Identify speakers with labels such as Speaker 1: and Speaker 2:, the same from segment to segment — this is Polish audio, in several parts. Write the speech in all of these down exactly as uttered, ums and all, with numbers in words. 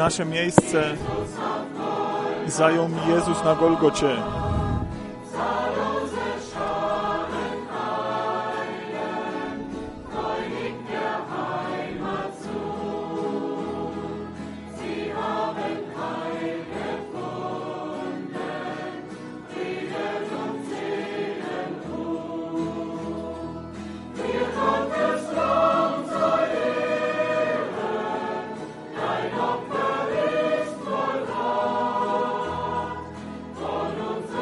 Speaker 1: nasze miejsce zajął mi Jezus na Golgocie.
Speaker 2: Von uns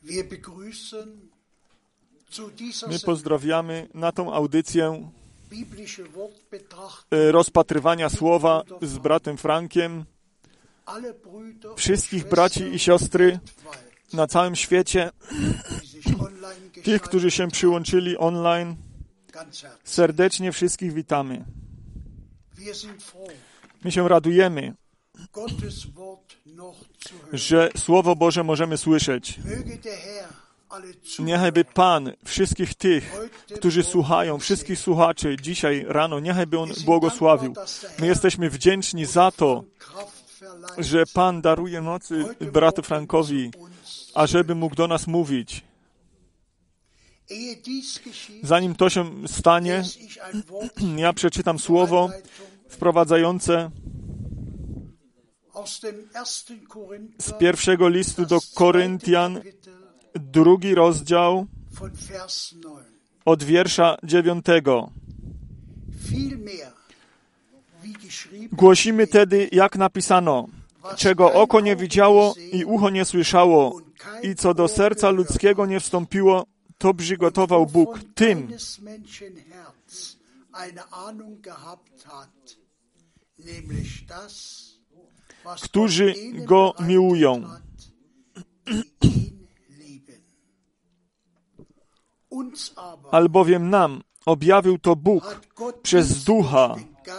Speaker 1: My pozdrawiamy na tą audycję rozpatrywania słowa z bratem Frankiem wszystkich braci i siostry na całym świecie, tych, którzy się przyłączyli online. Serdecznie wszystkich witamy. My się radujemy, że Słowo Boże możemy słyszeć. Niechaj by Pan wszystkich tych, którzy słuchają, wszystkich słuchaczy dzisiaj rano, niechaj by On błogosławił. My jesteśmy wdzięczni za to, że Pan daruje mocy bratu Frankowi, ażeby mógł do nas mówić. Zanim to się stanie, ja przeczytam słowo wprowadzające z pierwszego listu do Koryntian, drugi rozdział, od wiersza dziewiątego. Głosimy tedy, jak napisano, czego oko nie widziało i ucho nie słyszało i co do serca ludzkiego nie wstąpiło, to przygotował Bóg tym, którzy Go miłują. Albowiem nam objawił to Bóg przez Ducha,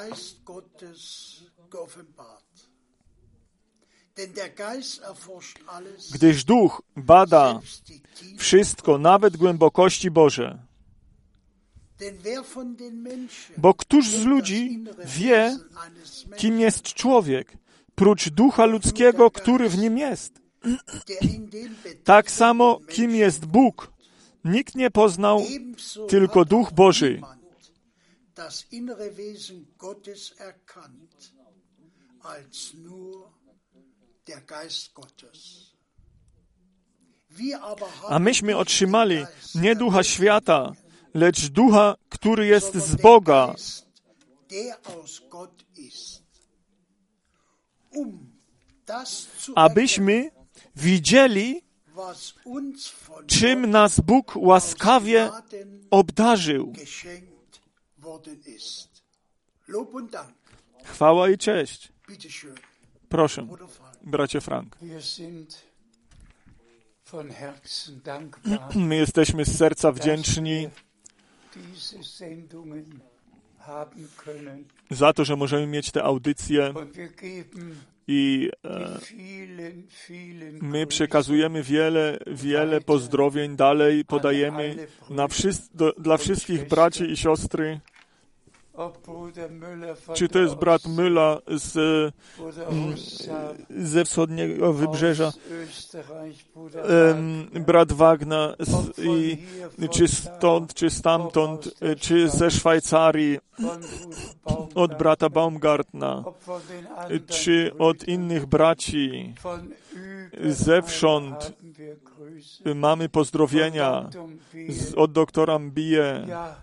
Speaker 1: gdyż Duch bada wszystko, nawet głębokości Boże. Bo któż z ludzi wie, kim jest człowiek, prócz ducha ludzkiego, który w nim jest? Tak samo, kim jest Bóg, nikt nie poznał, tylko Duch Boży. A myśmy otrzymali nie ducha świata, lecz ducha, który jest z Boga, abyśmy widzieli, czym nas Bóg łaskawie obdarzył. Chwała i cześć. Proszę, bracie Frank. My jesteśmy z serca wdzięczni za to, że możemy mieć te audycje i e, my przekazujemy wiele, wiele pozdrowień dalej, podajemy na wszys- do, dla wszystkich braci i siostry. Czy to jest brat Müller z, ze wschodniego wybrzeża, brat Wagner, z, i, czy stąd, czy stamtąd, czy ze Szwajcarii, od brata Baumgartna, czy od innych braci, zewsząd mamy pozdrowienia z, od doktora Mbije.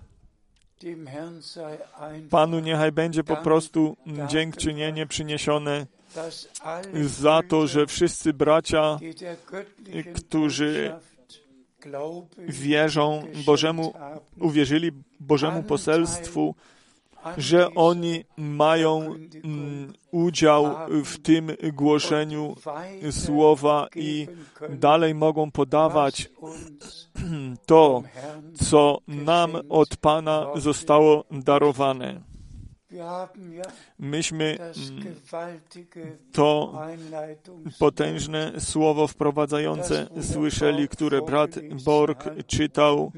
Speaker 1: Panu niechaj będzie po prostu dziękczynienie przyniesione za to, że wszyscy bracia, którzy wierzą Bożemu, uwierzyli Bożemu poselstwu, że oni mają udział w tym głoszeniu słowa i dalej mogą podawać to, co nam od Pana zostało darowane. Myśmy to potężne słowo wprowadzające słyszeli, które brat Borg czytał.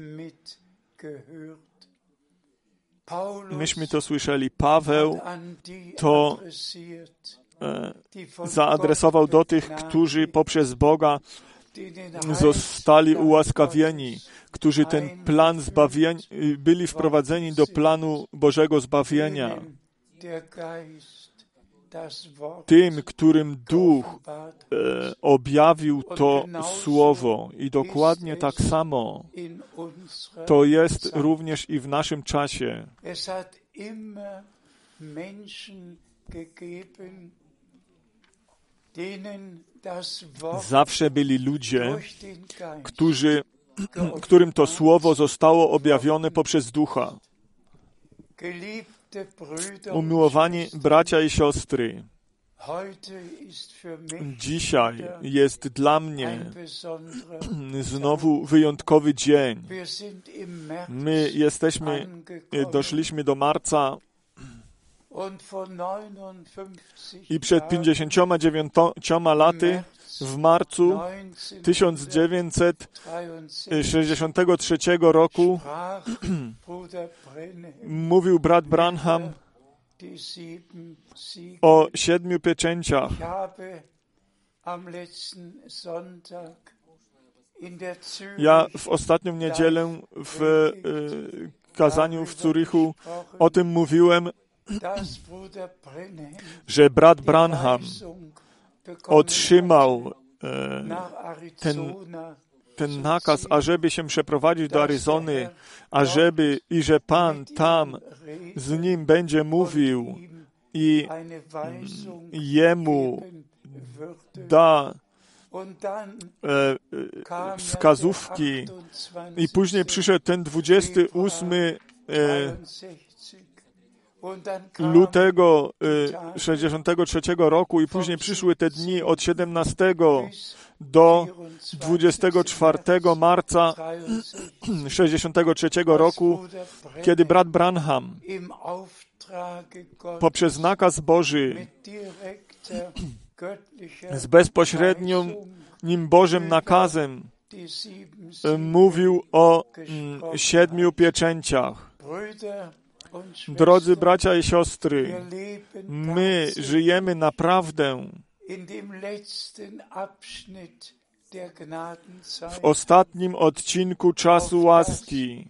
Speaker 1: Myśmy to słyszeli. Paweł to e, zaadresował do tych, którzy poprzez Boga zostali ułaskawieni, którzy ten plan zbawienia, byli wprowadzeni do planu Bożego zbawienia. Tym, którym Duch e, objawił to Słowo. I dokładnie tak samo to jest również i w naszym czasie. Zawsze byli ludzie, którzy, którym to słowo zostało objawione poprzez Ducha. Umiłowani bracia i siostry, dzisiaj jest dla mnie znowu wyjątkowy dzień. My jesteśmy, doszliśmy do marca i przed pięćdziesięcioma dziewięcioma laty w marcu tysiąc dziewięćset sześćdziesiątego trzeciego roku mówił brat Branham o siedmiu pieczęciach. Ja w ostatnią niedzielę w y, kazaniu w Zurychu o tym mówiłem, że brat Branham otrzymał e, ten, ten nakaz, ażeby się przeprowadzić do Aryzony, ażeby i że Pan tam z nim będzie mówił i jemu da e, wskazówki. I później przyszedł ten dwudziesty ósmy e, lutego sześćdziesiątego trzeciego roku i później przyszły te dni od siedemnastego do dwudziestego czwartego marca sześćdziesiątego trzeciego roku, kiedy brat Branham poprzez nakaz Boży z bezpośrednim Bożym nakazem mówił o siedmiu pieczęciach. Drodzy bracia i siostry, my żyjemy naprawdę w ostatnim odcinku czasu łaski.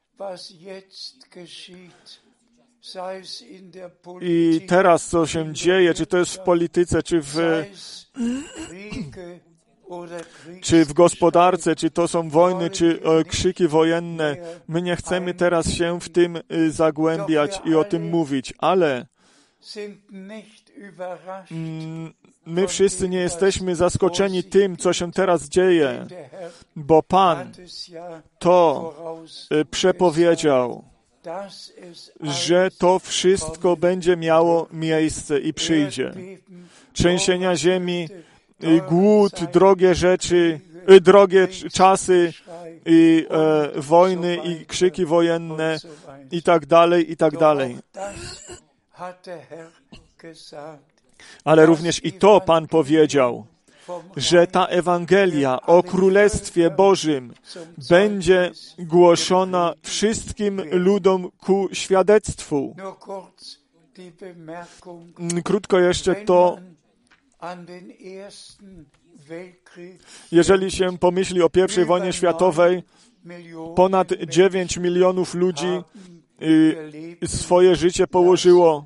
Speaker 1: I teraz co się dzieje, czy to jest w polityce, czy w, czy w gospodarce, czy to są wojny, czy e, krzyki wojenne, my nie chcemy teraz się w tym y, zagłębiać i o tym mówić, ale mm, my wszyscy nie jesteśmy zaskoczeni tym, co się teraz dzieje, bo Pan to y, przepowiedział, że to wszystko będzie miało miejsce i przyjdzie. Trzęsienia ziemi, i głód, drogie rzeczy, y, drogie czasy, i e, wojny, i krzyki wojenne, i tak dalej, i tak dalej. Ale również i to Pan powiedział, że ta Ewangelia o Królestwie Bożym będzie głoszona wszystkim ludom ku świadectwu. Krótko jeszcze to, jeżeli się pomyśli o pierwszej wojnie światowej, ponad dziewięć milionów ludzi y, swoje życie położyło.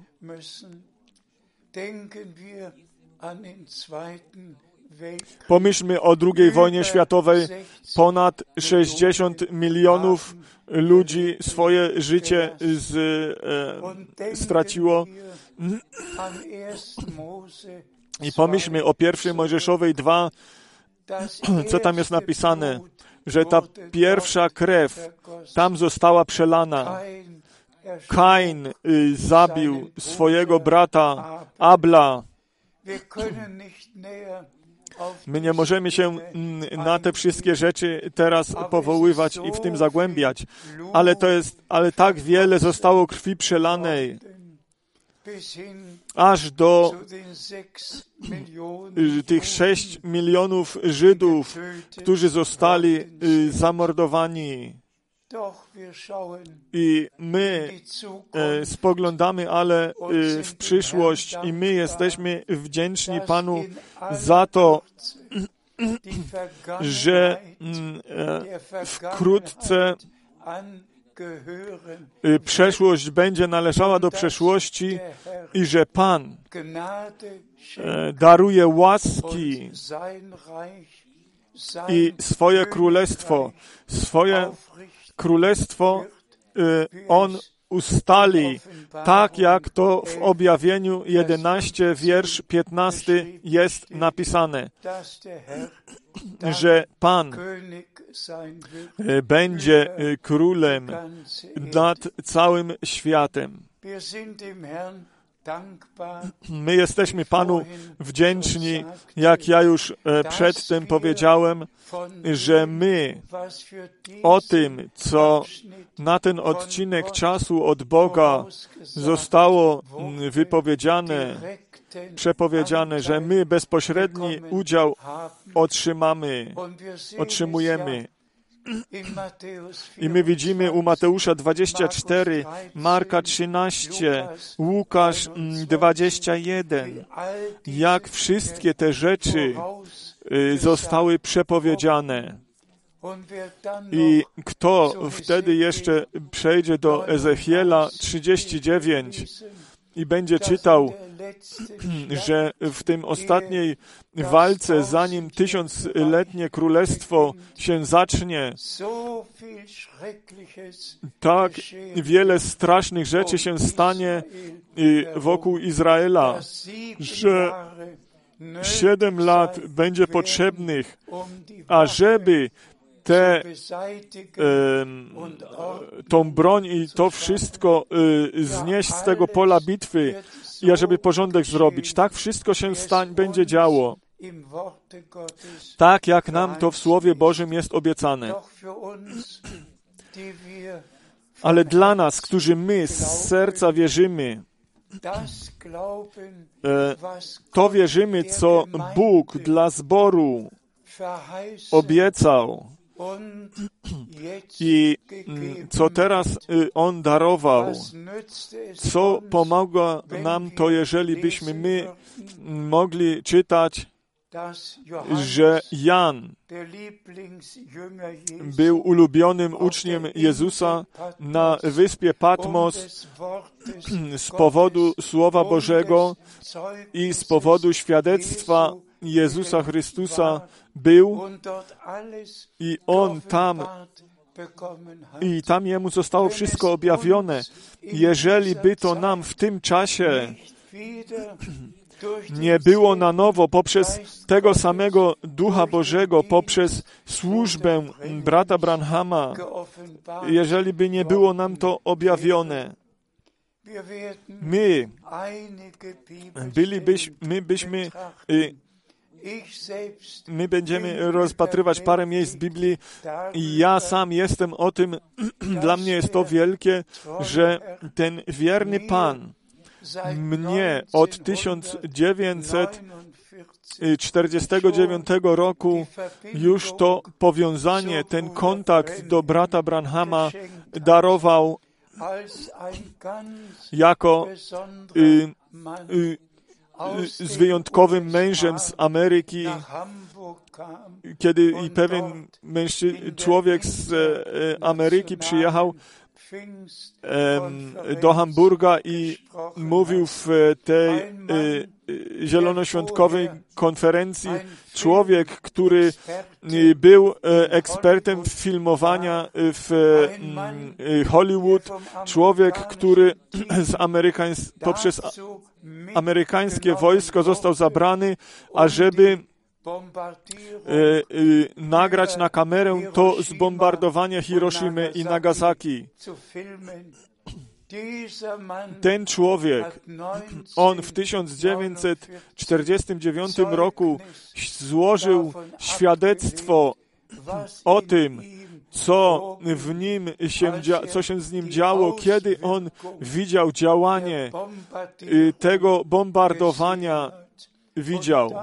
Speaker 1: Pomyślmy o drugiej wojnie światowej. Ponad sześćdziesiąt milionów ludzi swoje życie z, e, straciło. I pomyślmy o pierwszej Mojżeszowej dwa, co tam jest napisane, że ta pierwsza krew tam została przelana. Kain y, zabił swojego brata Abla. My nie możemy się na te wszystkie rzeczy teraz powoływać i w tym zagłębiać, ale to jest, ale tak wiele zostało krwi przelanej, aż do tych sześć milionów Żydów, którzy zostali zamordowani. I my e, spoglądamy ale e, w przyszłość i my jesteśmy wdzięczni Panu za to, że e, wkrótce e, przeszłość będzie należała do przeszłości i że Pan e, daruje łaski i swoje królestwo, swoje królestwo y, On ustali, tak jak to w Objawieniu jedenaście, wiersz piętnasty jest napisane, że Pan będzie królem nad całym światem. My jesteśmy Panu wdzięczni, jak ja już przedtem powiedziałem, że my o tym, co na ten odcinek czasu od Boga zostało wypowiedziane, przepowiedziane, że my bezpośredni udział otrzymamy, otrzymujemy. I my widzimy u Mateusza dwadzieścia cztery, Marka trzynaście, Łukasz dwadzieścia jeden, jak wszystkie te rzeczy zostały przepowiedziane. I kto wtedy jeszcze przejdzie do Ezechiela trzydzieści dziewięć i będzie czytał, że w tym ostatniej walce, zanim tysiącletnie królestwo się zacznie, tak wiele strasznych rzeczy się stanie wokół Izraela, że siedem lat będzie potrzebnych, ażeby te, e, tą broń i to wszystko e, znieść z tego pola bitwy i ażeby porządek zrobić. Tak wszystko się stań, będzie działo. Tak jak nam to w Słowie Bożym jest obiecane. Ale dla nas, którzy my z serca wierzymy, e, to wierzymy, co Bóg dla zboru obiecał i co teraz On darował, co pomogło nam to, jeżeli byśmy my mogli czytać, że Jan był ulubionym uczniem Jezusa na wyspie Patmos z powodu Słowa Bożego i z powodu świadectwa Jezusa Chrystusa był i On tam i tam Jemu zostało wszystko objawione. Jeżeli by to nam w tym czasie nie było na nowo poprzez tego samego Ducha Bożego, poprzez służbę brata Branhama, jeżeli by nie było nam to objawione, my bylibyśmy, my byśmy My będziemy rozpatrywać parę miejsc Biblii i ja sam jestem o tym, dla mnie jest to wielkie, że ten wierny Pan mnie od tysiąc dziewięćset czterdziestego dziewiątego roku już to powiązanie, ten kontakt do brata Branhama darował jako y, y, z wyjątkowym mężem z Ameryki, kiedy i pewien mężczy- człowiek z e, Ameryki przyjechał e, do Hamburga i mówił w tej e, zielonoświątkowej konferencji człowiek, który był ekspertem filmowania w Hollywood, człowiek, który z Amerykańs- poprzez amerykańskie wojsko został zabrany, ażeby e, e, nagrać na kamerę to zbombardowanie Hiroshimy i Nagasaki. Ten człowiek, on w tysiąc dziewięćset czterdziestym dziewiątym roku złożył świadectwo o tym, co w nim się, co się z nim działo, kiedy on widział działanie tego bombardowania, widział.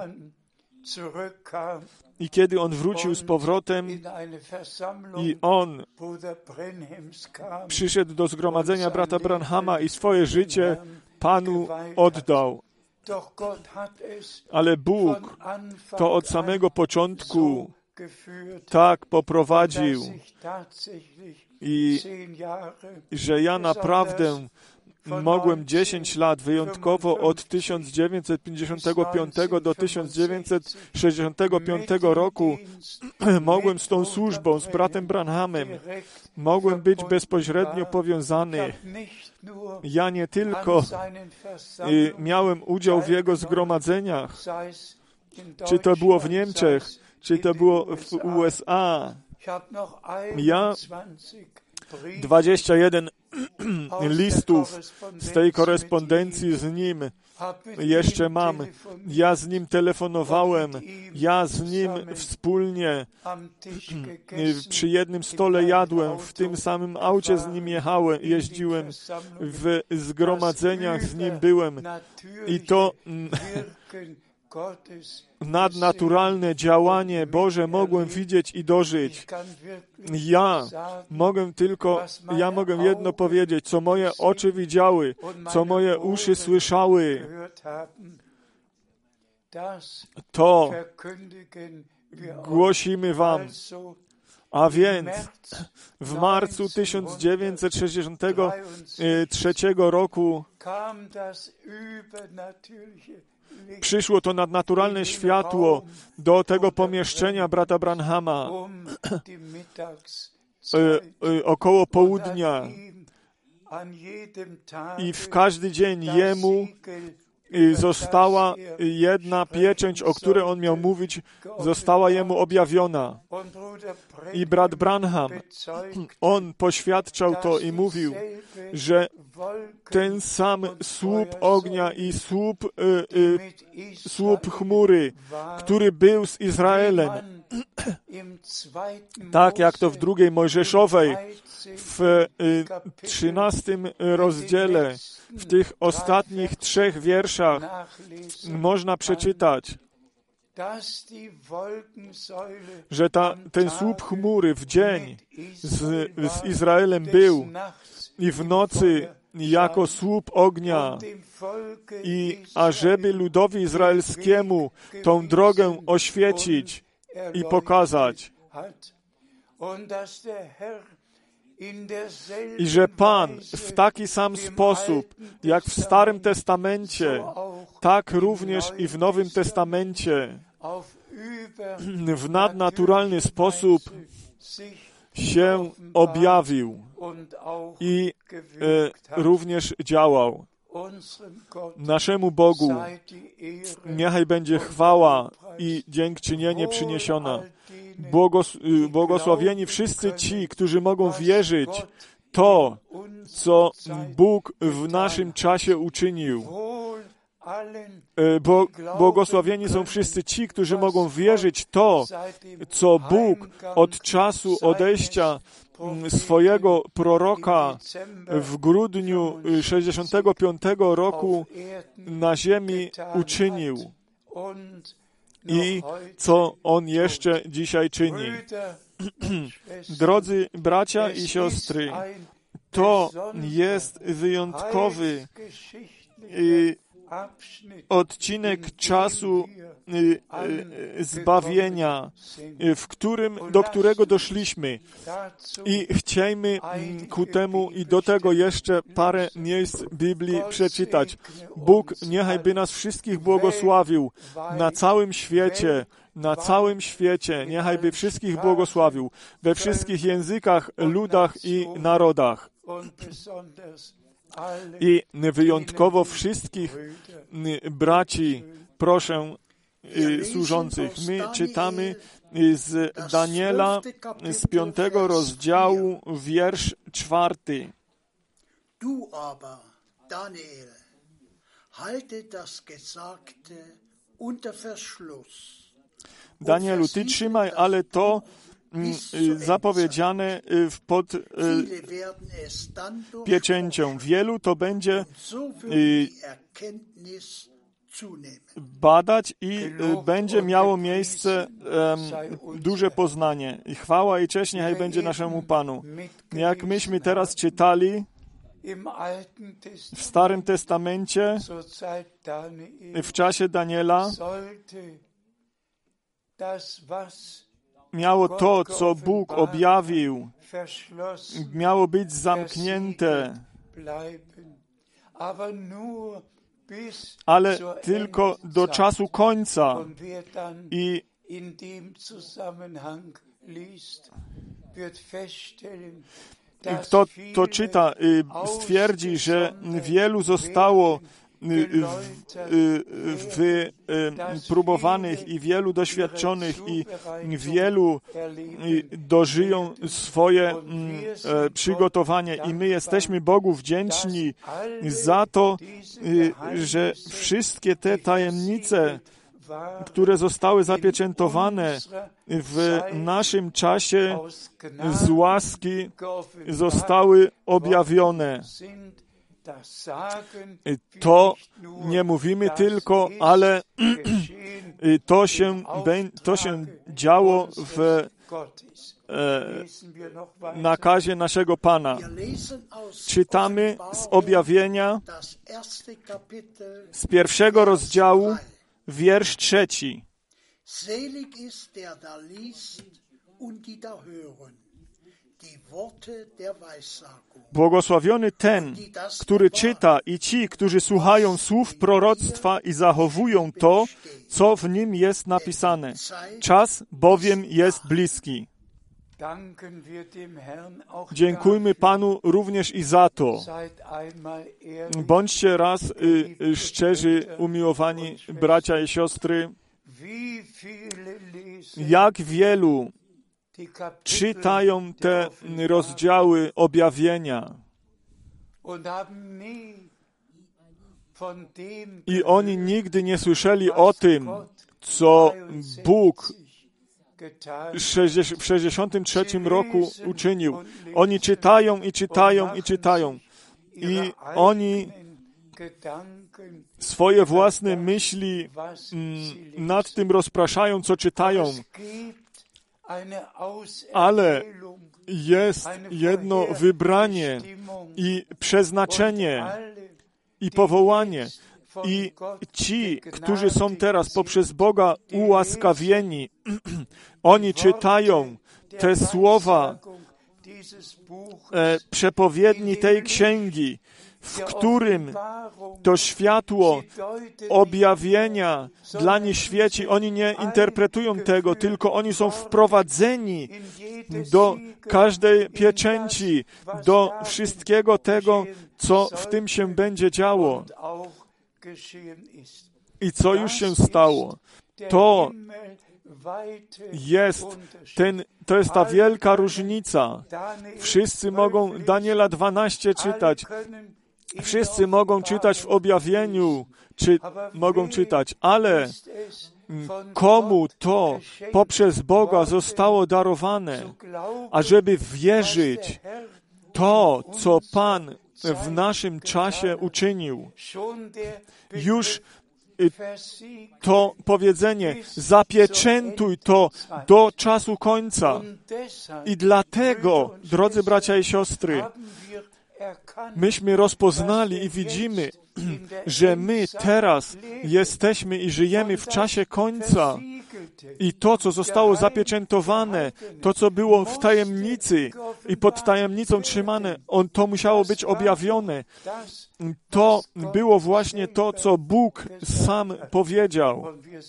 Speaker 1: I kiedy on wrócił z powrotem i on przyszedł do zgromadzenia brata Branhama i swoje życie Panu oddał. Ale Bóg to od samego początku tak poprowadził, I że ja naprawdę mogłem dziesięć lat wyjątkowo od tysiąc dziewięćset pięćdziesiątego piątego do tysiąc dziewięćset sześćdziesiątego piątego roku mogłem z tą służbą, z bratem Branhamem, mogłem być bezpośrednio powiązany. Ja nie tylko y, miałem udział w jego zgromadzeniach, czy to było w Niemczech, czy to było w U S A. Ja dwadzieścia jeden listów z tej korespondencji z nim jeszcze mam. Ja z nim telefonowałem, ja z nim wspólnie przy jednym stole jadłem, w tym samym aucie z nim jechałem, jeździłem, w zgromadzeniach z nim byłem. I to nadnaturalne działanie Boże mogłem widzieć i dożyć. Ja mogę tylko, ja mogę jedno powiedzieć, co moje oczy widziały, co moje uszy słyszały, to głosimy wam. A więc w marcu tysiąc dziewięćset sześćdziesiątego trzeciego roku przyszło to nadnaturalne światło do tego pomieszczenia brata Branhama około południa i w każdy dzień jemu została jedna pieczęć, o której on miał mówić, została jemu objawiona. I brat Branham, on poświadczał to i mówił, że ten sam słup ognia i słup, y, y, słup chmury, który był z Izraelem, tak jak to w drugiej Mojżeszowej, w y, trzynastym rozdziale, w tych ostatnich trzech wierszach można przeczytać, że ta, ten słup chmury w dzień z, z Izraelem był i w nocy jako słup ognia, i ażeby ludowi izraelskiemu tą drogę oświecić i pokazać. I że Pan w taki sam sposób, jak w Starym Testamencie, tak również i w Nowym Testamencie, w nadnaturalny sposób się objawił i e, również działał. Naszemu Bogu niechaj będzie chwała i dziękczynienie przyniesiona. Błogos błogosławieni wszyscy ci, którzy mogą wierzyć to, co Bóg w naszym czasie uczynił. Bo, błogosławieni są wszyscy ci, którzy mogą wierzyć to, co Bóg od czasu odejścia swojego proroka w grudniu sześćdziesiątego piątego roku na ziemi uczynił i co On jeszcze dzisiaj czyni. Drodzy bracia i siostry, to jest wyjątkowy odcinek czasu zbawienia, w którym, do którego doszliśmy. I chciejmy ku temu i do tego jeszcze parę miejsc Biblii przeczytać. Bóg niechaj by nas wszystkich błogosławił na całym świecie, na całym świecie, niechaj by wszystkich błogosławił, we wszystkich językach, ludach i narodach. I wyjątkowo wszystkich braci proszę służących. My czytamy z Daniela z piątego rozdziału, wiersz czwarty.
Speaker 2: Du aber, Daniel, halte das Gesagte unter Verschluss.
Speaker 1: Danielu, ty trzymaj, ale to zapowiedziane pod pieczęcią. Wielu to będzie badać i będzie miało miejsce um, duże poznanie. I chwała i cześć niechaj będzie naszemu Panu. Jak myśmy teraz czytali w Starym Testamencie, w czasie Daniela, miało to, co Bóg objawił, miało być zamknięte, ale tylko do czasu końca. I kto to czyta, stwierdzi, że wielu zostało wypróbowanych i wielu doświadczonych i wielu dożyją swoje przygotowanie i my jesteśmy Bogu wdzięczni za to, że wszystkie te tajemnice, które zostały zapieczętowane w naszym czasie z łaski, zostały objawione. To nie mówimy tylko, ale to się, to się działo w nakazie naszego Pana. Czytamy z objawienia z pierwszego rozdziału, wiersz trzeci.
Speaker 2: Selig ist der da liest und die da hören, die Worte der Weissagung.
Speaker 1: Błogosławiony ten, który czyta i ci, którzy słuchają słów proroctwa i zachowują to, co w nim jest napisane. Czas bowiem jest bliski. Dziękujmy Panu również i za to. Bądźcie raz y, szczerzy, umiłowani bracia i siostry. Jak wielu czytają te rozdziały objawienia i oni nigdy nie słyszeli o tym, co Bóg w sześćdziesiątym trzecim roku uczynił. Oni czytają i czytają i czytają i oni swoje własne myśli nad tym rozpraszają, co czytają. Ale jest jedno wybranie i przeznaczenie i powołanie. I ci, którzy są teraz poprzez Boga ułaskawieni, oni czytają te słowa e, przepowiedni tej księgi, w którym to światło objawienia dla nich świeci. Oni nie interpretują tego, tylko oni są wprowadzeni do każdej pieczęci, do wszystkiego tego, co w tym się będzie działo i co już się stało. To jest, ten, to jest ta wielka różnica. Wszyscy mogą Daniela dwanaście czytać. Wszyscy mogą czytać w objawieniu, czy mogą czytać, ale komu to poprzez Boga zostało darowane, ażeby wierzyć to, co Pan w naszym czasie uczynił. Już to powiedzenie, zapieczętuj to do czasu końca. I dlatego, drodzy bracia i siostry, myśmy rozpoznali i widzimy, że my teraz jesteśmy i żyjemy w czasie końca. I to, co zostało zapieczętowane, to, co było w tajemnicy i pod tajemnicą trzymane, on, to musiało być objawione. To było właśnie to, co Bóg sam powiedział.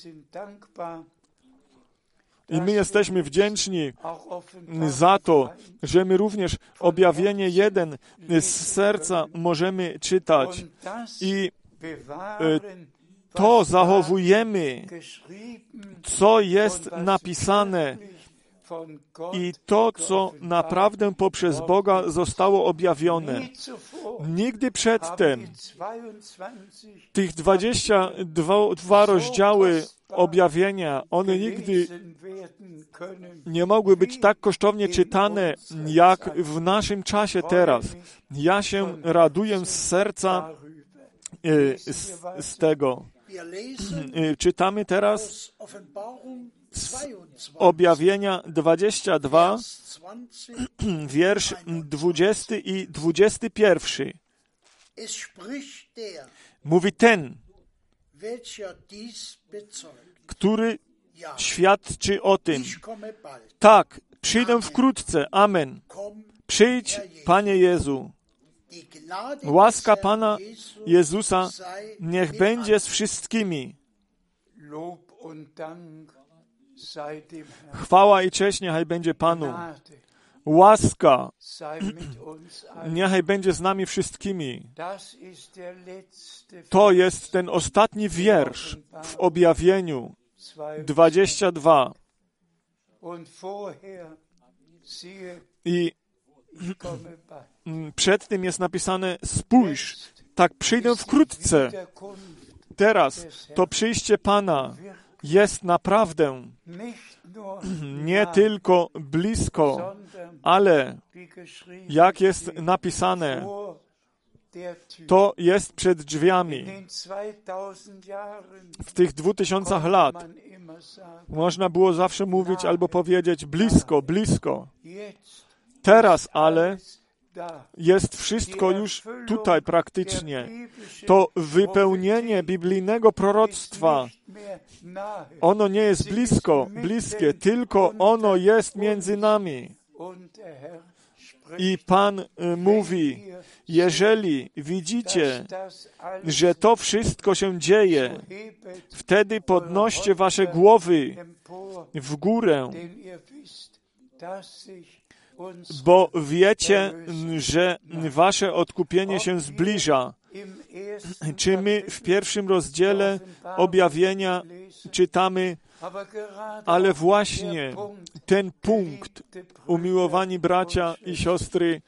Speaker 1: I my jesteśmy wdzięczni za to, że my również objawienie jeden z serca możemy czytać. I to zachowujemy, co jest napisane i to, co naprawdę poprzez Boga zostało objawione. Nigdy przedtem tych dwadzieścia dwa rozdziały objawienia, one nigdy nie mogły być tak kosztownie czytane, jak w naszym czasie teraz. Ja się raduję z serca z, z tego. Czytamy teraz z objawienia dwadzieścia dwa, wiersz dwudziesty i dwudziesty pierwszy. Mówi ten, który świadczy o tym. Tak, przyjdę wkrótce. Amen. Przyjdź, Panie Jezu. Łaska Pana Jezusa niech będzie z wszystkimi. Chwała i cześć niechaj będzie Panu. Łaska niechaj będzie z nami wszystkimi. To jest ten ostatni wiersz w Objawieniu dwadzieścia dwa. I przed tym jest napisane: spójrz, tak przyjdę wkrótce. Teraz to przyjście Pana jest naprawdę nie tylko blisko, ale jak jest napisane, to jest przed drzwiami. W tych dwóch tysiącach lat można było zawsze mówić albo powiedzieć blisko, blisko. Teraz ale jest wszystko już tutaj praktycznie. To wypełnienie biblijnego proroctwa. Ono nie jest blisko, bliskie, tylko ono jest między nami. I Pan mówi, jeżeli widzicie, że to wszystko się dzieje, wtedy podnoście wasze głowy w górę, bo wiecie, że wasze odkupienie się zbliża. Czy my w pierwszym rozdziale Objawienia czytamy, ale właśnie ten punkt, umiłowani bracia i siostry,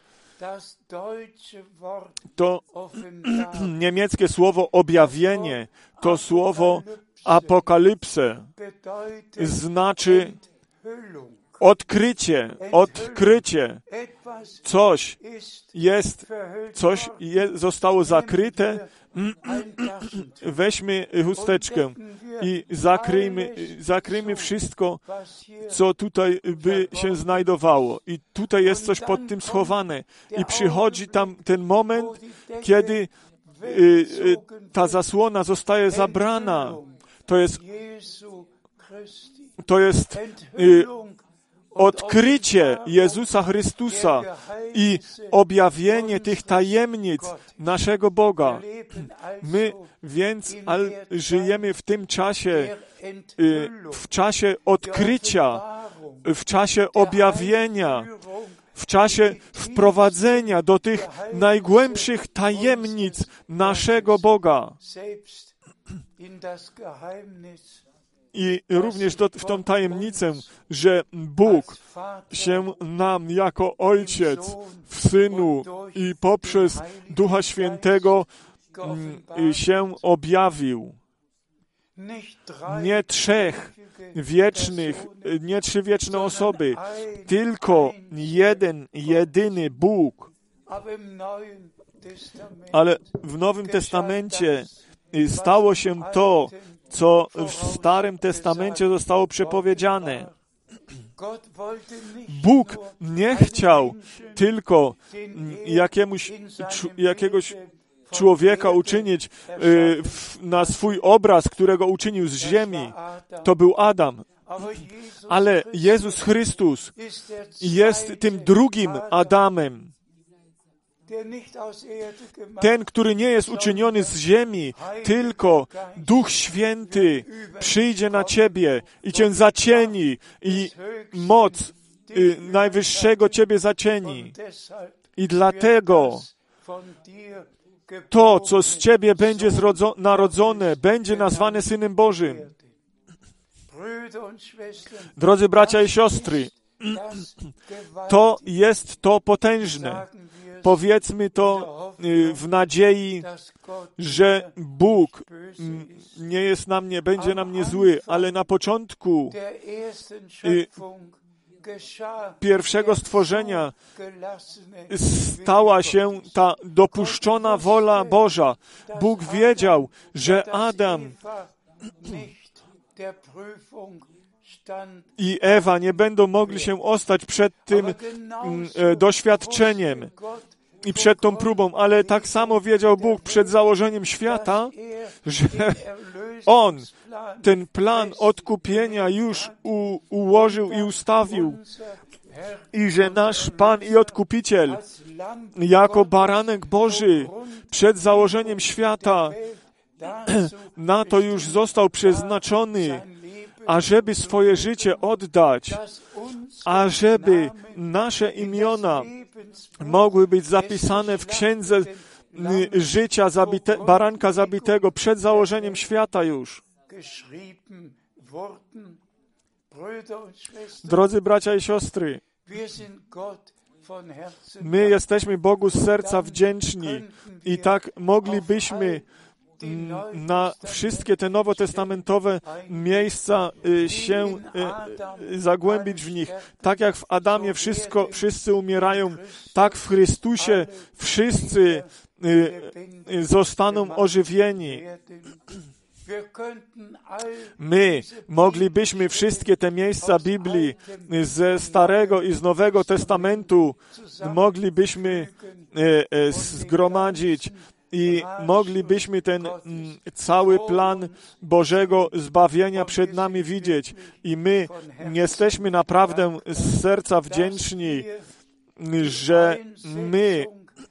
Speaker 1: to niemieckie słowo objawienie, to słowo apokalipsę, znaczy odkrycie, odkrycie. Coś jest, coś je, zostało zakryte. Weźmy chusteczkę i zakryjmy, zakryjmy wszystko, co tutaj by się znajdowało. I tutaj jest coś pod tym schowane. I przychodzi tam ten moment, kiedy y, y, ta zasłona zostaje zabrana. To jest, to jest y, odkrycie Jezusa Chrystusa i objawienie tych tajemnic naszego Boga. My więc al, żyjemy w tym czasie, w czasie odkrycia, w czasie objawienia, w czasie wprowadzenia do tych najgłębszych tajemnic naszego Boga. I również do, w tą tajemnicę, że Bóg się nam jako Ojciec w Synu i poprzez Ducha Świętego się objawił. Nie trzech wiecznych, nie trzy wieczne osoby, tylko jeden, jedyny Bóg. Ale w Nowym Testamencie stało się to, co w Starym Testamencie zostało przepowiedziane. Bóg nie chciał tylko jakiemuś, jakiegoś człowieka uczynić y, na swój obraz, którego uczynił z ziemi. To był Adam. Ale Jezus Chrystus jest tym drugim Adamem. Ten, który nie jest uczyniony z ziemi, tylko Duch Święty przyjdzie na ciebie i cię zacieni i moc y, Najwyższego ciebie zacieni. I dlatego to, co z ciebie będzie zrodzo- narodzone, będzie nazwane Synem Bożym. Drodzy bracia i siostry, to jest to potężne. Powiedzmy to w nadziei, że Bóg nie jest nam, nie będzie nam nie zły, ale na początku pierwszego stworzenia stała się ta dopuszczona wola Boża. Bóg wiedział, że Adam i Ewa nie będą mogli się ostać przed tym e, doświadczeniem. i przed tą próbą, ale tak samo wiedział Bóg przed założeniem świata, że On ten plan odkupienia już u, ułożył i ustawił i że nasz Pan i Odkupiciel jako baranek Boży przed założeniem świata na to już został przeznaczony, ażeby swoje życie oddać, ażeby nasze imiona mogły być zapisane w księdze życia zabite, baranka zabitego przed założeniem świata już. Drodzy bracia i siostry, my jesteśmy Bogu z serca wdzięczni i tak moglibyśmy na wszystkie te nowotestamentowe miejsca się zagłębić w nich. Tak jak w Adamie wszystko, wszyscy umierają, tak w Chrystusie wszyscy zostaną ożywieni. My moglibyśmy wszystkie te miejsca Biblii ze Starego i z Nowego Testamentu moglibyśmy zgromadzić i moglibyśmy ten cały plan Bożego zbawienia przed nami widzieć. I my jesteśmy naprawdę z serca wdzięczni, że my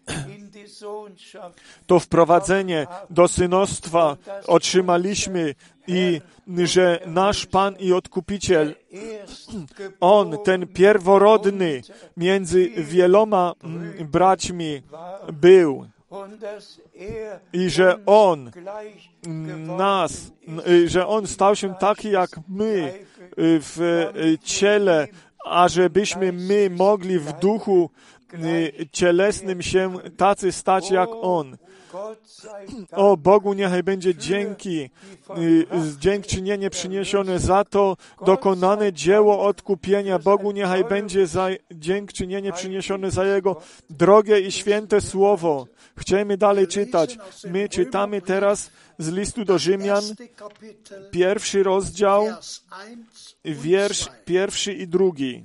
Speaker 1: to wprowadzenie do synostwa otrzymaliśmy i że nasz Pan i Odkupiciel, On, ten pierworodny między wieloma braćmi był i że On nas, że On stał się taki jak my w ciele, ażebyśmy my mogli w duchu cielesnym się tacy stać jak On. O Bogu niechaj będzie dzięki, dziękczynienie przyniesione za to dokonane dzieło odkupienia. Bogu niechaj będzie za dziękczynienie przyniesione za Jego drogie i święte Słowo. Chcemy dalej czytać. My czytamy teraz z listu do Rzymian, pierwszy rozdział, wiersz pierwszy i drugi.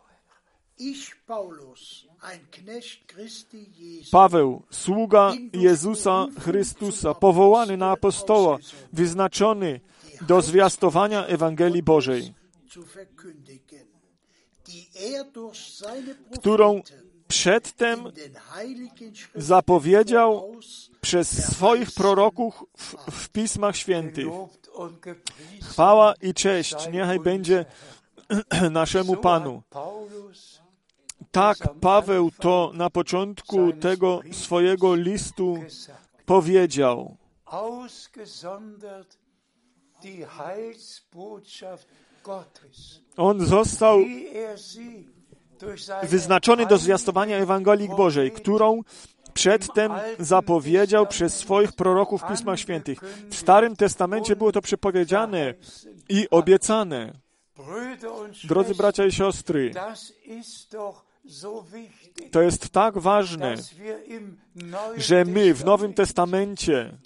Speaker 1: Paweł, sługa Jezusa Chrystusa, powołany na apostoła, wyznaczony do zwiastowania Ewangelii Bożej, którą przedtem zapowiedział przez swoich proroków w, w Pismach Świętych. Chwała i cześć niechaj będzie naszemu Panu. Tak Paweł to na początku tego swojego listu powiedział. On został wyznaczony do zwiastowania Ewangelii Bożej, którą przedtem zapowiedział przez swoich proroków w Pismach Świętych. W Starym Testamencie było to przepowiedziane i obiecane. Drodzy bracia i siostry, to jest tak ważne, że my w Nowym Testamencie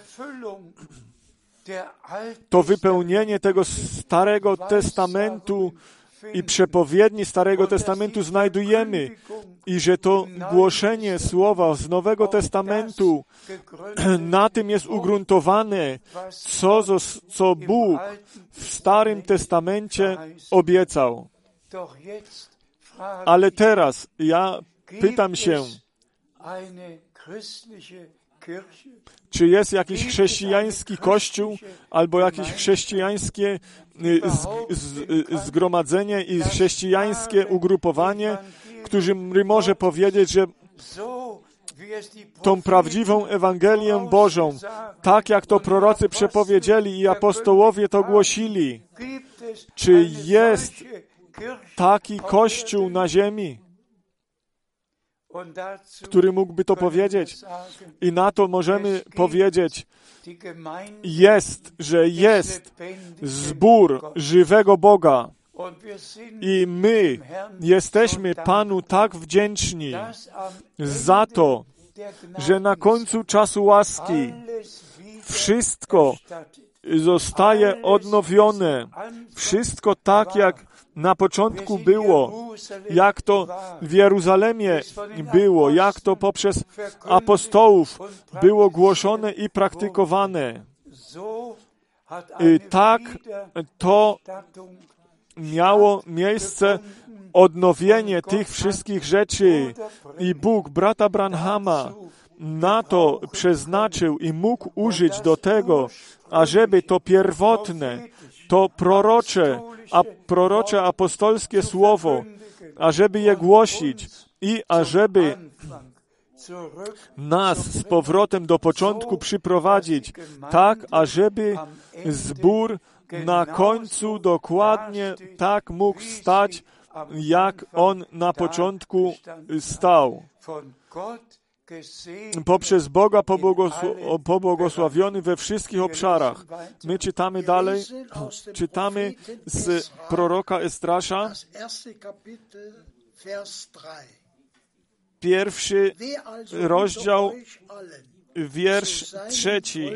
Speaker 1: to wypełnienie tego Starego Testamentu i przepowiedni Starego Testamentu znajdujemy i że to głoszenie słowa z Nowego Testamentu na tym jest ugruntowane, co, co Bóg w Starym Testamencie obiecał. Ale teraz ja pytam się, czy jest jakiś chrześcijański kościół albo jakieś chrześcijańskie z, z, zgromadzenie i chrześcijańskie ugrupowanie, który może powiedzieć, że tą prawdziwą Ewangelię Bożą, tak jak to prorocy przepowiedzieli i apostołowie to głosili, czy jest taki kościół na ziemi, który mógłby to powiedzieć? I na to możemy powiedzieć, jest, że jest zbór żywego Boga. I my jesteśmy Panu tak wdzięczni za to, że na końcu czasu łaski wszystko zostaje odnowione. Wszystko tak, jak na początku było, jak to w Jeruzalemie było, jak to poprzez apostołów było głoszone i praktykowane. I tak to miało miejsce odnowienie tych wszystkich rzeczy. I Bóg brata Branhama na to przeznaczył i mógł użyć do tego, ażeby to pierwotne, to prorocze, a prorocze apostolskie słowo, ażeby je głosić i ażeby nas z powrotem do początku przyprowadzić, tak, ażeby zbór na końcu dokładnie tak mógł stać, jak on na początku stał. Poprzez Boga pobłogosł- pobłogosławiony we wszystkich obszarach. My czytamy dalej, czytamy z proroka Estrasza, pierwszy rozdział, wiersz trzeci.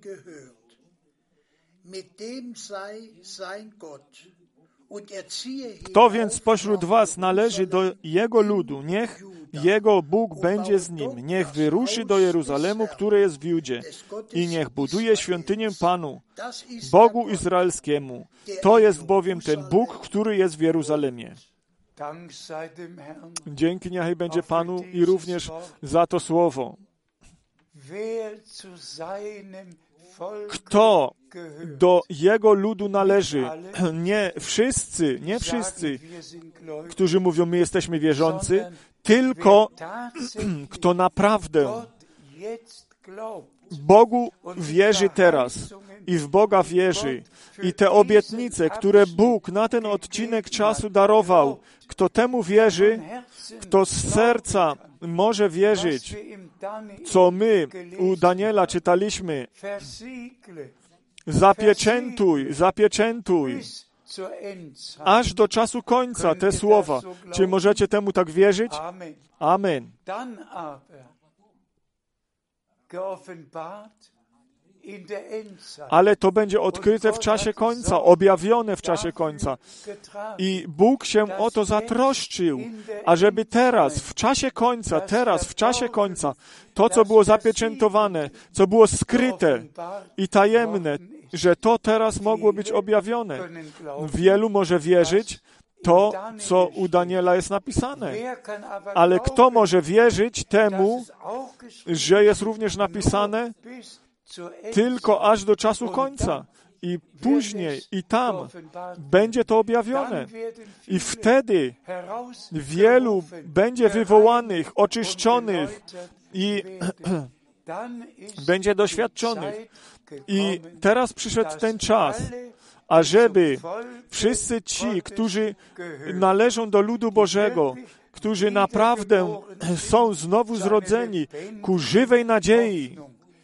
Speaker 1: Kto więc spośród was należy do Jego ludu, niech Jego Bóg będzie z nim. Niech wyruszy do Jeruzalemu, które jest w Judzie, i niech buduje świątynię Panu, Bogu Izraelskiemu. To jest bowiem ten Bóg, który jest w Jeruzalemie. Dzięki niechaj będzie Panu i również za to słowo. Kto do Jego ludu należy? Nie wszyscy, nie wszyscy, którzy mówią, my jesteśmy wierzący, tylko kto naprawdę Bogu wierzy teraz i w Boga wierzy. I te obietnice, które Bóg na ten odcinek czasu darował, kto temu wierzy, kto z serca może wierzyć, co my u Daniela czytaliśmy, zapieczętuj, zapieczętuj, aż do czasu końca te słowa. Czy możecie temu tak wierzyć? Amen. Ale to będzie odkryte w czasie końca, objawione w czasie końca. I Bóg się o to zatroszczył, ażeby teraz, w czasie końca, teraz, w czasie końca, to, co było zapieczętowane, co było skryte i tajemne, że to teraz mogło być objawione. Wielu może wierzyć to, co u Daniela jest napisane. Ale kto może wierzyć temu, że jest również napisane tylko aż do czasu końca. I później, i tam będzie to objawione. I wtedy wielu będzie wywołanych, oczyszczonych i będzie doświadczonych. I teraz przyszedł ten czas, ażeby wszyscy ci, którzy należą do ludu Bożego, którzy naprawdę są znowu zrodzeni ku żywej nadziei,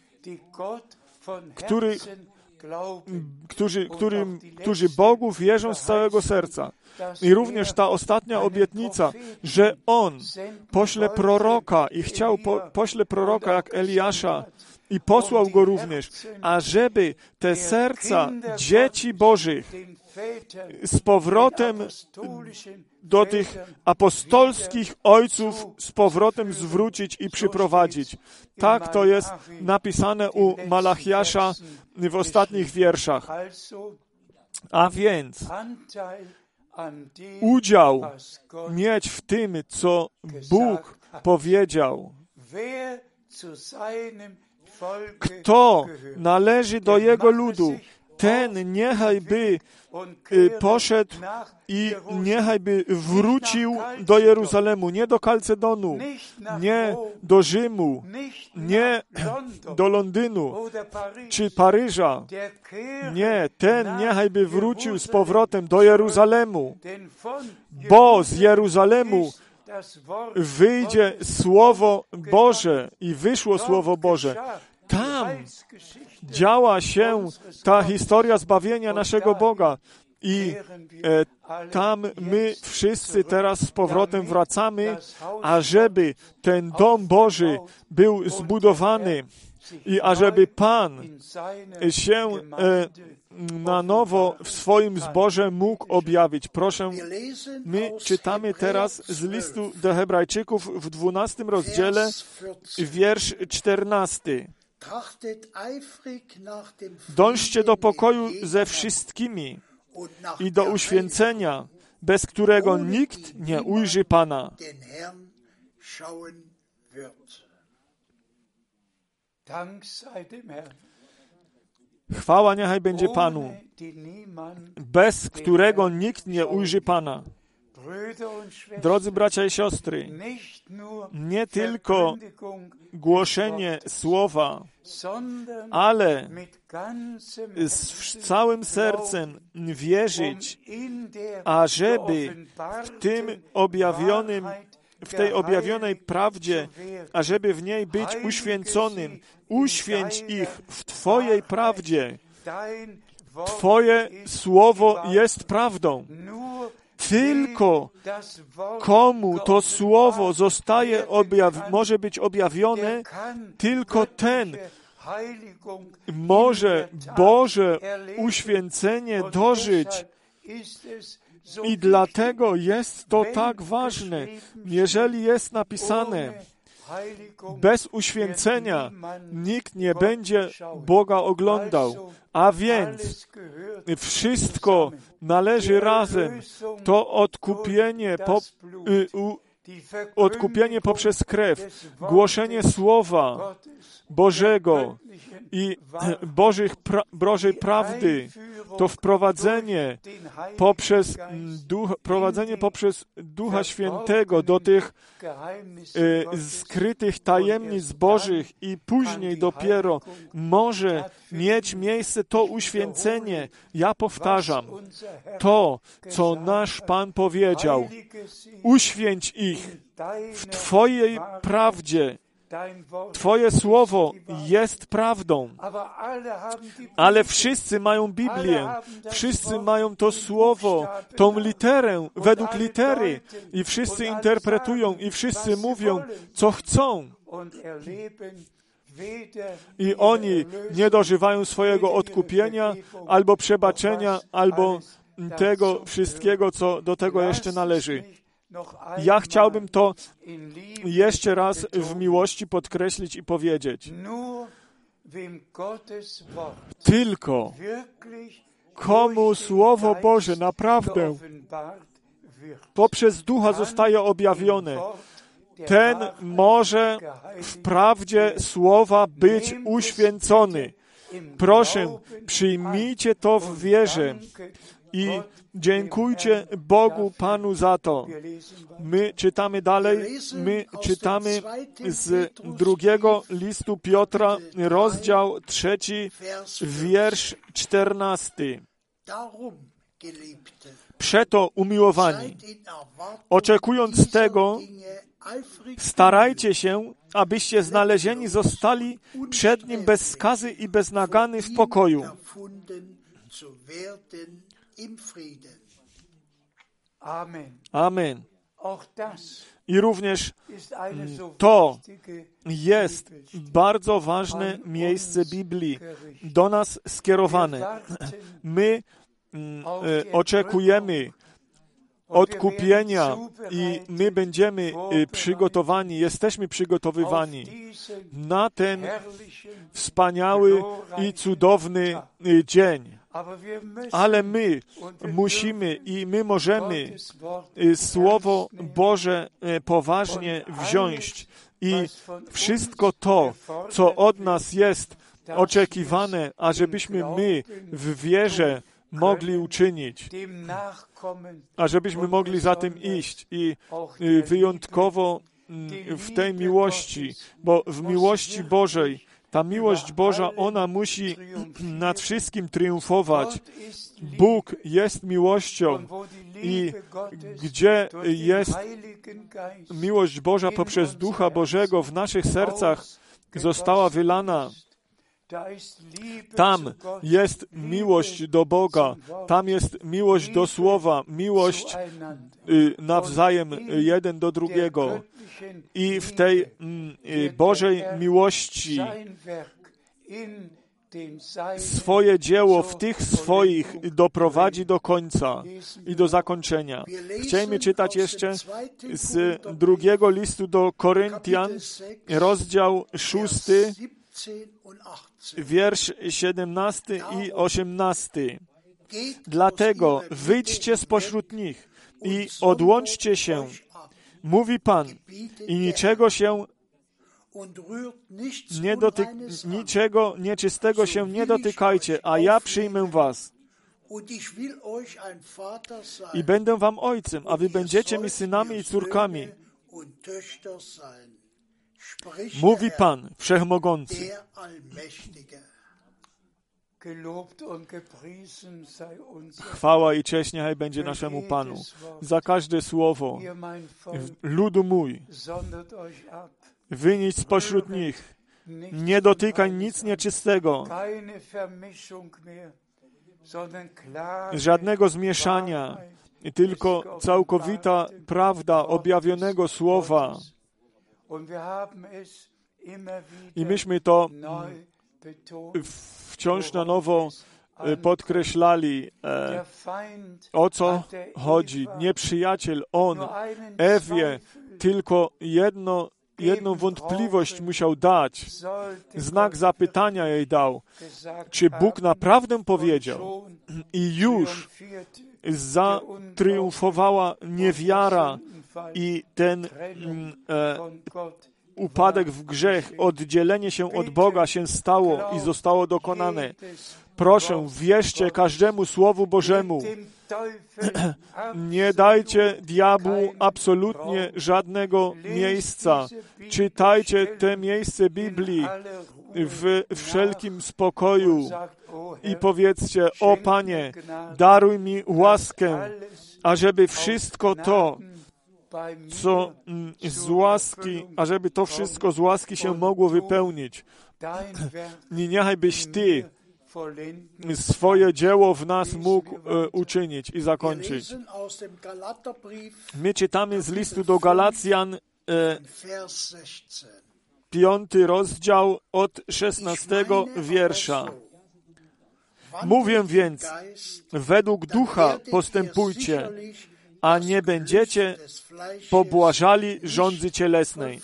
Speaker 1: który, którzy, którym, którzy Bogu wierzą z całego serca. I również ta ostatnia obietnica, że On pośle proroka i chciał po, pośle proroka jak Eliasza i posłał go również, ażeby te serca dzieci Bożych z powrotem do tych apostolskich ojców z powrotem zwrócić i przyprowadzić. Tak to jest napisane u Malachiasza w ostatnich wierszach. A więc udział mieć w tym, co Bóg powiedział. Kto należy do Jego ludu, ten niechaj by poszedł i niechaj by wrócił do Jeruzalemu, nie do Kalcedonu, nie do Rzymu, nie do Londynu czy Paryża. Nie, ten niechaj by wrócił z powrotem do Jeruzalemu, bo z Jeruzalemu wyjdzie Słowo Boże i wyszło Słowo Boże. Tam działa się ta historia zbawienia naszego Boga i e, tam my wszyscy teraz z powrotem wracamy, ażeby ten dom Boży był zbudowany i ażeby Pan się e, na nowo w swoim zborze mógł objawić. Proszę, my czytamy teraz z listu do Hebrajczyków w dwunastym rozdziale, wiersz czternasty. Dążcie do pokoju ze wszystkimi i do uświęcenia, bez którego nikt nie ujrzy Pana. Chwała niechaj będzie Panu, bez którego nikt nie ujrzy Pana. Drodzy bracia i siostry, nie tylko głoszenie słowa, ale z całym sercem wierzyć, ażeby w tym objawionym, w tej objawionej prawdzie, ażeby w niej być uświęconym. Uświęć ich w Twojej prawdzie. Twoje słowo jest prawdą. Tylko komu to słowo zostaje objaw- może być objawione, tylko ten może Boże uświęcenie dożyć. I dlatego jest to tak ważne. Jeżeli jest napisane, bez uświęcenia nikt nie będzie Boga oglądał. A więc wszystko należy razem. To odkupienie, po, y, u, odkupienie poprzez krew, głoszenie Słowa Bożego i Bożych pra, Bożej prawdy, to wprowadzenie poprzez duch, prowadzenie poprzez Ducha Świętego do tych e, skrytych tajemnic Bożych i później dopiero może mieć miejsce to uświęcenie. Ja powtarzam, to, co nasz Pan powiedział, uświęć ich w Twojej prawdzie. Twoje słowo jest prawdą, ale wszyscy mają Biblię, wszyscy mają to słowo, tą literę, według litery i wszyscy interpretują i wszyscy mówią, co chcą. I oni nie dożywają swojego odkupienia, albo przebaczenia, albo tego wszystkiego, co do tego jeszcze należy. Ja chciałbym to jeszcze raz w miłości podkreślić i powiedzieć. Tylko komu Słowo Boże naprawdę poprzez Ducha zostaje objawione, ten może w prawdzie Słowa być uświęcony. Proszę, przyjmijcie to w wierze i dziękujcie Bogu Panu za to. My czytamy dalej, my czytamy z drugiego listu Piotra, rozdział trzeci, wiersz czternasty. Przeto, umiłowani, oczekując tego, starajcie się, abyście znalezieni zostali przed Nim bez skazy i bez nagany w pokoju. Amen. I również to jest bardzo ważne miejsce Biblii, do nas skierowane. My e, oczekujemy odkupienia i my będziemy przygotowani, jesteśmy przygotowywani na ten wspaniały i cudowny dzień. Ale my musimy i my możemy Słowo Boże poważnie wziąć i wszystko to, co od nas jest oczekiwane, ażebyśmy my w wierze mogli uczynić, ażebyśmy mogli za tym iść i wyjątkowo w tej miłości, bo w miłości Bożej, ta miłość Boża, ona musi nad wszystkim triumfować. Bóg jest miłością i gdzie jest miłość Boża poprzez Ducha Bożego w naszych sercach została wylana, Tam jest miłość do Boga, tam jest miłość do Słowa, miłość y, nawzajem jeden do drugiego. I w tej y, Bożej miłości swoje dzieło w tych swoich doprowadzi do końca i do zakończenia. Chcielibyśmy czytać jeszcze z drugiego listu do Koryntian, rozdział szósty, wiersz siedemnasty i osiemnasty. Dlatego wyjdźcie spośród nich i odłączcie się, mówi Pan, i niczego się nie dotyk- niczego nieczystego się nie dotykajcie, a ja przyjmę was. I będę wam ojcem, a wy będziecie mi synami i córkami. Mówi Pan Wszechmogący. Chwała i cześć niechaj będzie naszemu Panu za każde słowo. Ludu mój, wyjdź spośród nich, nie dotykaj nic nieczystego, żadnego zmieszania, tylko całkowita prawda objawionego słowa. I myśmy to wciąż na nowo podkreślali, e, o co chodzi. Nieprzyjaciel, on, Ewie, tylko jedno, jedną wątpliwość musiał dać. Znak zapytania jej dał. Czy Bóg naprawdę powiedział? I już zatriumfowała niewiara i ten e, upadek w grzech, oddzielenie się od Boga się stało i zostało dokonane. Proszę, wierzcie każdemu Słowu Bożemu. Nie dajcie diabłu absolutnie żadnego miejsca. Czytajcie te miejsce Biblii w wszelkim spokoju i powiedzcie: o Panie, daruj mi łaskę, ażeby wszystko to, co z łaski, ażeby to wszystko z łaski się mogło wypełnić. I niechaj byś Ty swoje dzieło w nas mógł e, uczynić i zakończyć. My czytamy z listu do Galacjan e, piąty rozdział od szesnastego wiersza. Mówię więc, według ducha postępujcie, a nie będziecie pobłażali żądzy cielesnej.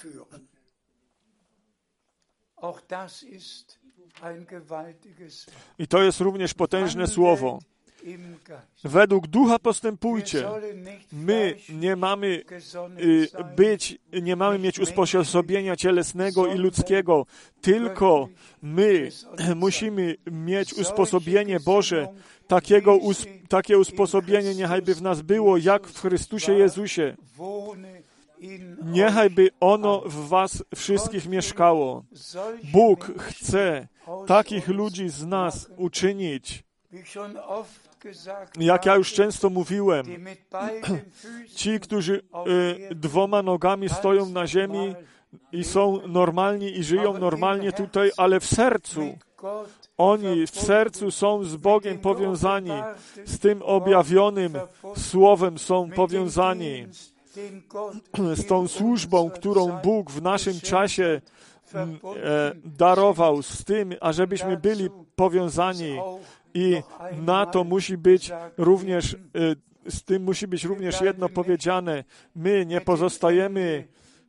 Speaker 1: I to jest również potężne słowo. Według ducha postępujcie. My nie mamy y, być, nie mamy mieć usposobienia cielesnego i ludzkiego, tylko my musimy mieć usposobienie Boże. Takiego us, takie usposobienie niechajby w nas było, jak w Chrystusie Jezusie. Niechajby ono w was wszystkich mieszkało. Bóg chce takich ludzi z nas uczynić. Jak ja już często mówiłem, ci, którzy y, dwoma nogami stoją na ziemi i są normalni i żyją normalnie tutaj, ale w sercu, oni w sercu są z Bogiem powiązani, z tym objawionym Słowem są powiązani, z tą służbą, którą Bóg w naszym czasie e, darował, z tym, ażebyśmy byli powiązani. I na to musi być również, e, z tym musi być również jedno powiedziane. My nie pozostajemy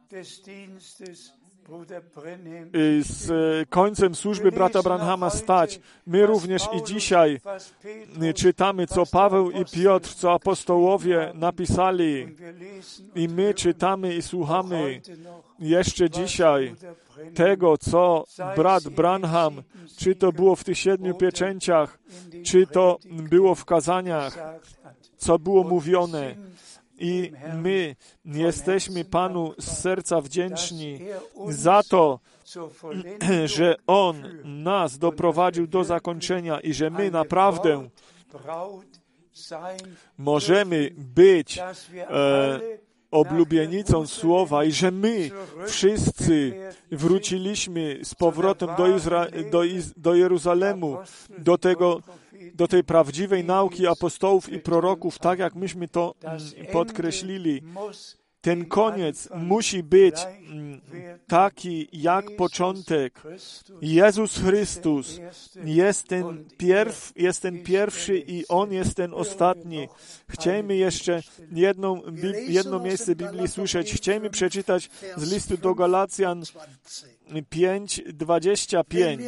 Speaker 1: z końcem służby brata Branhama stać. My również i dzisiaj czytamy, co Paweł i Piotr, co apostołowie napisali. I my czytamy i słuchamy jeszcze dzisiaj tego, co brat Branham, czy to było w tych siedmiu pieczęciach, czy to było w kazaniach, co było mówione. I my jesteśmy Panu z serca wdzięczni za to, że On nas doprowadził do zakończenia i że my naprawdę możemy być e, oblubienicą słowa i że my wszyscy wróciliśmy z powrotem do, Izra- do, Iz- do Jeruzalemu, do tego, do tej prawdziwej nauki apostołów i proroków, tak jak myśmy to podkreślili. Ten koniec musi być taki jak początek. Jezus Chrystus jest ten, pierw, jest ten pierwszy i On jest ten ostatni. Chcielibyśmy jeszcze jedną, jedno miejsce Biblii słyszeć. Chcielibyśmy przeczytać z listu do Galacjan pięć, dwadzieścia pięć.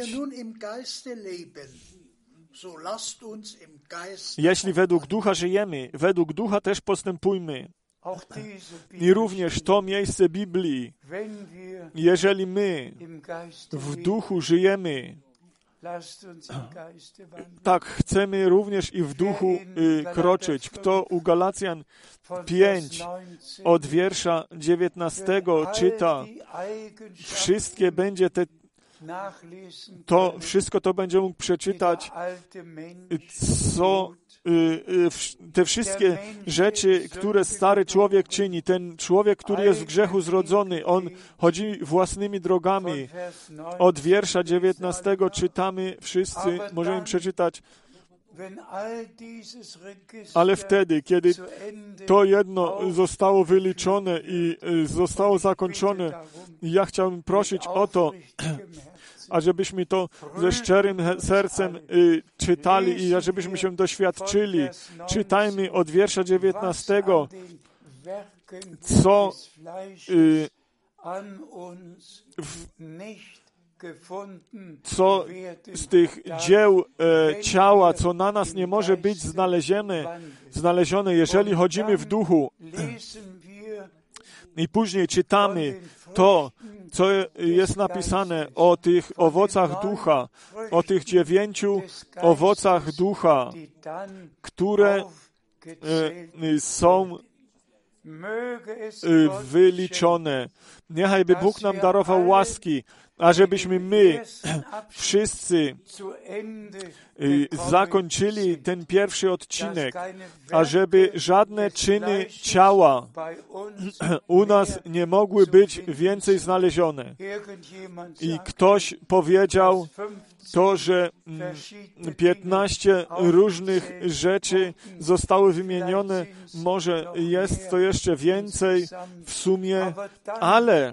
Speaker 1: Jeśli według ducha żyjemy, według ducha też postępujmy. I również to miejsce Biblii, jeżeli my w duchu żyjemy, tak chcemy również i w duchu y, kroczyć. Kto u Galacjan pięć od wiersza dziewiętnastego czyta, wszystkie będzie te to wszystko to będzie mógł przeczytać, co te wszystkie rzeczy, które stary człowiek czyni, ten człowiek, który jest w grzechu zrodzony, on chodzi własnymi drogami. Od wiersza dziewiętnastego czytamy wszyscy, możemy przeczytać, ale wtedy, kiedy to jedno zostało wyliczone i zostało zakończone, ja chciałbym prosić o to, ażebyśmy to ze szczerym sercem y, czytali i ażebyśmy się doświadczyli. Czytajmy od wiersza dziewiętnastego, co y, w, co z tych dzieł e, ciała, co na nas nie może być znalezione, znalezione, jeżeli chodzimy w duchu. I później czytamy to, co jest napisane o tych owocach ducha, o tych dziewięciu owocach ducha, które e, są e, wyliczone. Niechajby Bóg nam darował łaski, ażebyśmy my wszyscy zakończyli ten pierwszy odcinek, ażeby żadne czyny ciała u nas nie mogły być więcej znalezione. I ktoś powiedział to, że piętnaście różnych rzeczy zostały wymienione, może jest to jeszcze więcej w sumie, ale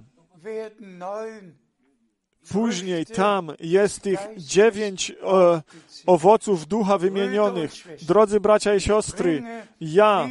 Speaker 1: później tam jest tych dziewięć e, owoców ducha wymienionych. Drodzy bracia i siostry, ja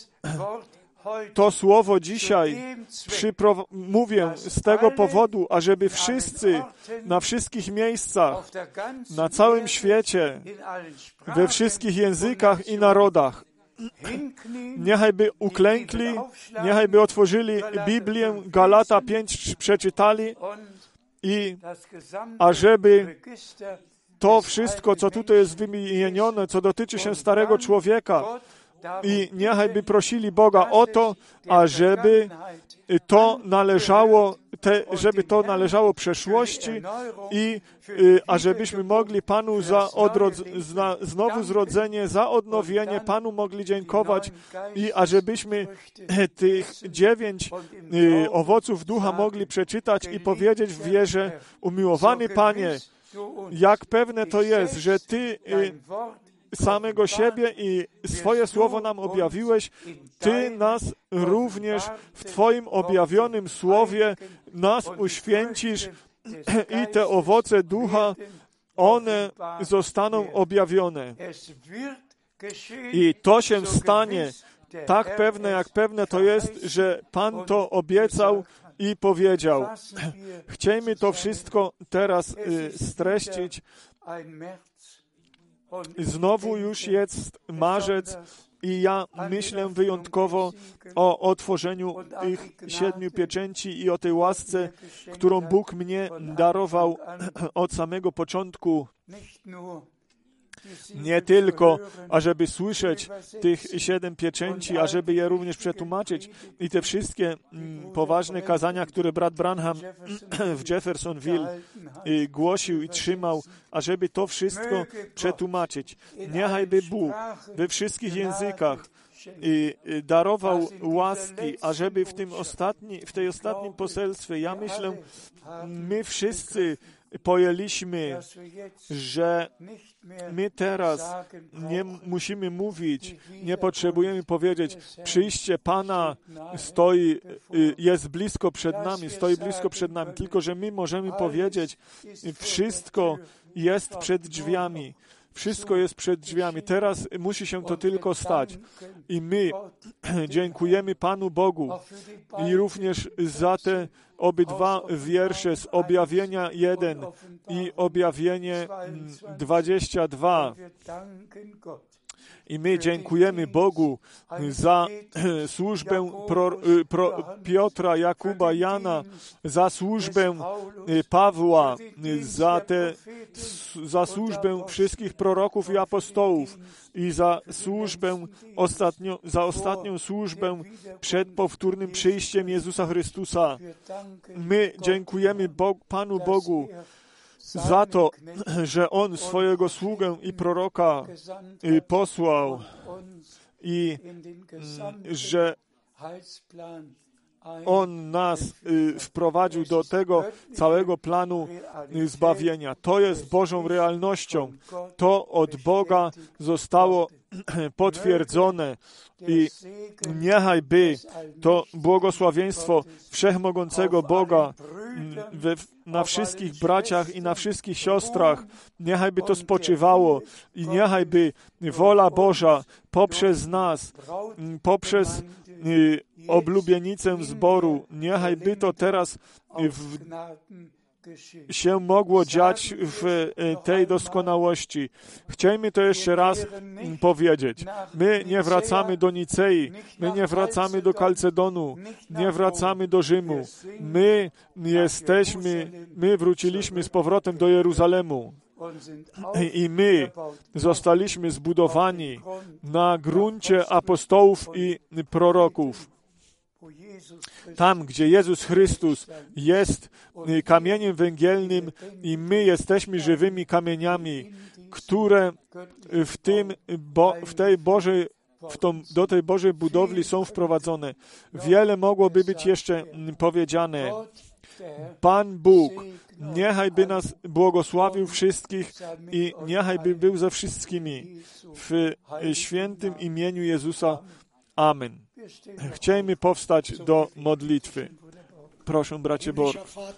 Speaker 1: to słowo dzisiaj przypro- mówię z tego powodu, ażeby wszyscy na wszystkich miejscach, na całym świecie, we wszystkich językach i narodach, niechajby uklękli, niechajby otworzyli Biblię, Galata pięć przeczytali i ażeby to wszystko, co tutaj jest wymienione, co dotyczy się starego człowieka, i niechajby prosili Boga o to, ażeby to należało, te, żeby to należało przeszłości i ażebyśmy mogli Panu za odrodz- za znowu zrodzenie, za odnowienie, Panu mogli dziękować i ażebyśmy tych dziewięć owoców ducha mogli przeczytać i powiedzieć w wierze: umiłowany Panie, jak pewne to jest, że Ty samego siebie i swoje słowo nam objawiłeś, Ty nas również w Twoim objawionym słowie nas uświęcisz i te owoce ducha, one zostaną objawione. I to się stanie tak pewne, jak pewne to jest, że Pan to obiecał i powiedział. Chciejmy to wszystko teraz y, streścić. Znowu już jest marzec i ja myślę wyjątkowo o otworzeniu tych siedmiu pieczęci i o tej łasce, którą Bóg mnie darował od samego początku. Nie tylko, ażeby słyszeć tych siedem pieczęci, ażeby je również przetłumaczyć. I te wszystkie mm, poważne kazania, które brat Branham w Jeffersonville y, głosił i trzymał, ażeby to wszystko przetłumaczyć. Niechajby Bóg we wszystkich językach i darował łaski, ażeby w tym ostatni, w tej ostatnim poselstwie, ja myślę, my wszyscy pojęliśmy, że my teraz nie musimy mówić, nie potrzebujemy powiedzieć, przyjście Pana stoi, jest blisko przed nami, stoi blisko przed nami, tylko że my możemy powiedzieć, wszystko jest przed drzwiami. Wszystko jest przed drzwiami. Teraz musi się to tylko stać. I my dziękujemy Panu Bogu i również za te obydwa wiersze z Objawienia jeden i Objawienie dwadzieścia dwa. I my dziękujemy Bogu za służbę pro, pro, Piotra, Jakuba, Jana, za służbę Pawła, za, te, za służbę wszystkich proroków i apostołów i za służbę, ostatnio, za ostatnią służbę przed powtórnym przyjściem Jezusa Chrystusa. My dziękujemy Bog, Panu Bogu za to, że On swojego sługę i proroka posłał i że On nas wprowadził do tego całego planu zbawienia. To jest Bożą realnością. To od Boga zostało potwierdzone i niechaj by to błogosławieństwo Wszechmogącego Boga we, na wszystkich braciach i na wszystkich siostrach, niechaj by to spoczywało i niechaj by wola Boża poprzez nas, poprzez y, oblubienicę zboru, niechaj by to teraz w, się mogło dziać w tej doskonałości. Chciejmy to jeszcze raz powiedzieć. My nie wracamy do Nicei, my nie wracamy do Kalcedonu, nie wracamy do Rzymu. My jesteśmy, my wróciliśmy z powrotem do Jeruzalemu. I my zostaliśmy zbudowani na gruncie apostołów i proroków. Tam, gdzie Jezus Chrystus jest kamieniem węgielnym i my jesteśmy żywymi kamieniami, które w, tym, bo, w tej Bożej, w tą, do tej Bożej budowli są wprowadzone. Wiele mogłoby być jeszcze powiedziane. Pan Bóg, niechaj by nas błogosławił wszystkich i niechaj by był ze wszystkimi w świętym imieniu Jezusa. Amen. Chciejmy powstać do modlitwy. Proszę, bracie Bor.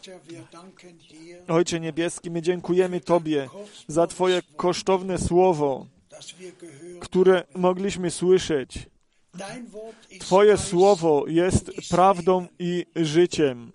Speaker 1: Ojcze Niebieski, my dziękujemy Tobie za Twoje kosztowne słowo, które mogliśmy słyszeć. Twoje słowo jest prawdą i życiem.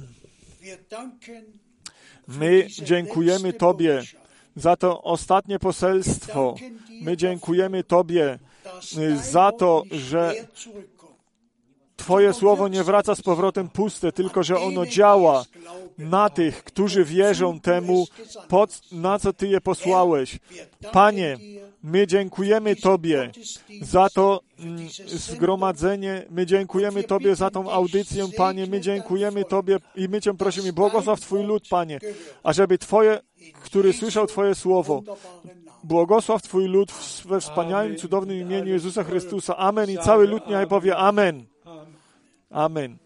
Speaker 1: My dziękujemy Tobie za to ostatnie poselstwo. My dziękujemy Tobie za to, że Twoje słowo nie wraca z powrotem puste, tylko że ono działa na tych, którzy wierzą temu, pod, na co Ty je posłałeś. Panie, my dziękujemy Tobie za to mm, zgromadzenie, my dziękujemy Tobie za tą audycję, Panie, my dziękujemy Tobie i my Cię prosimy, błogosław Twój lud, Panie, ażeby Twoje, który słyszał Twoje słowo, błogosław Twój lud we wspaniałym, cudownym imieniu Jezusa Chrystusa. Amen. I cały lud niechaj powie Amen. Amen.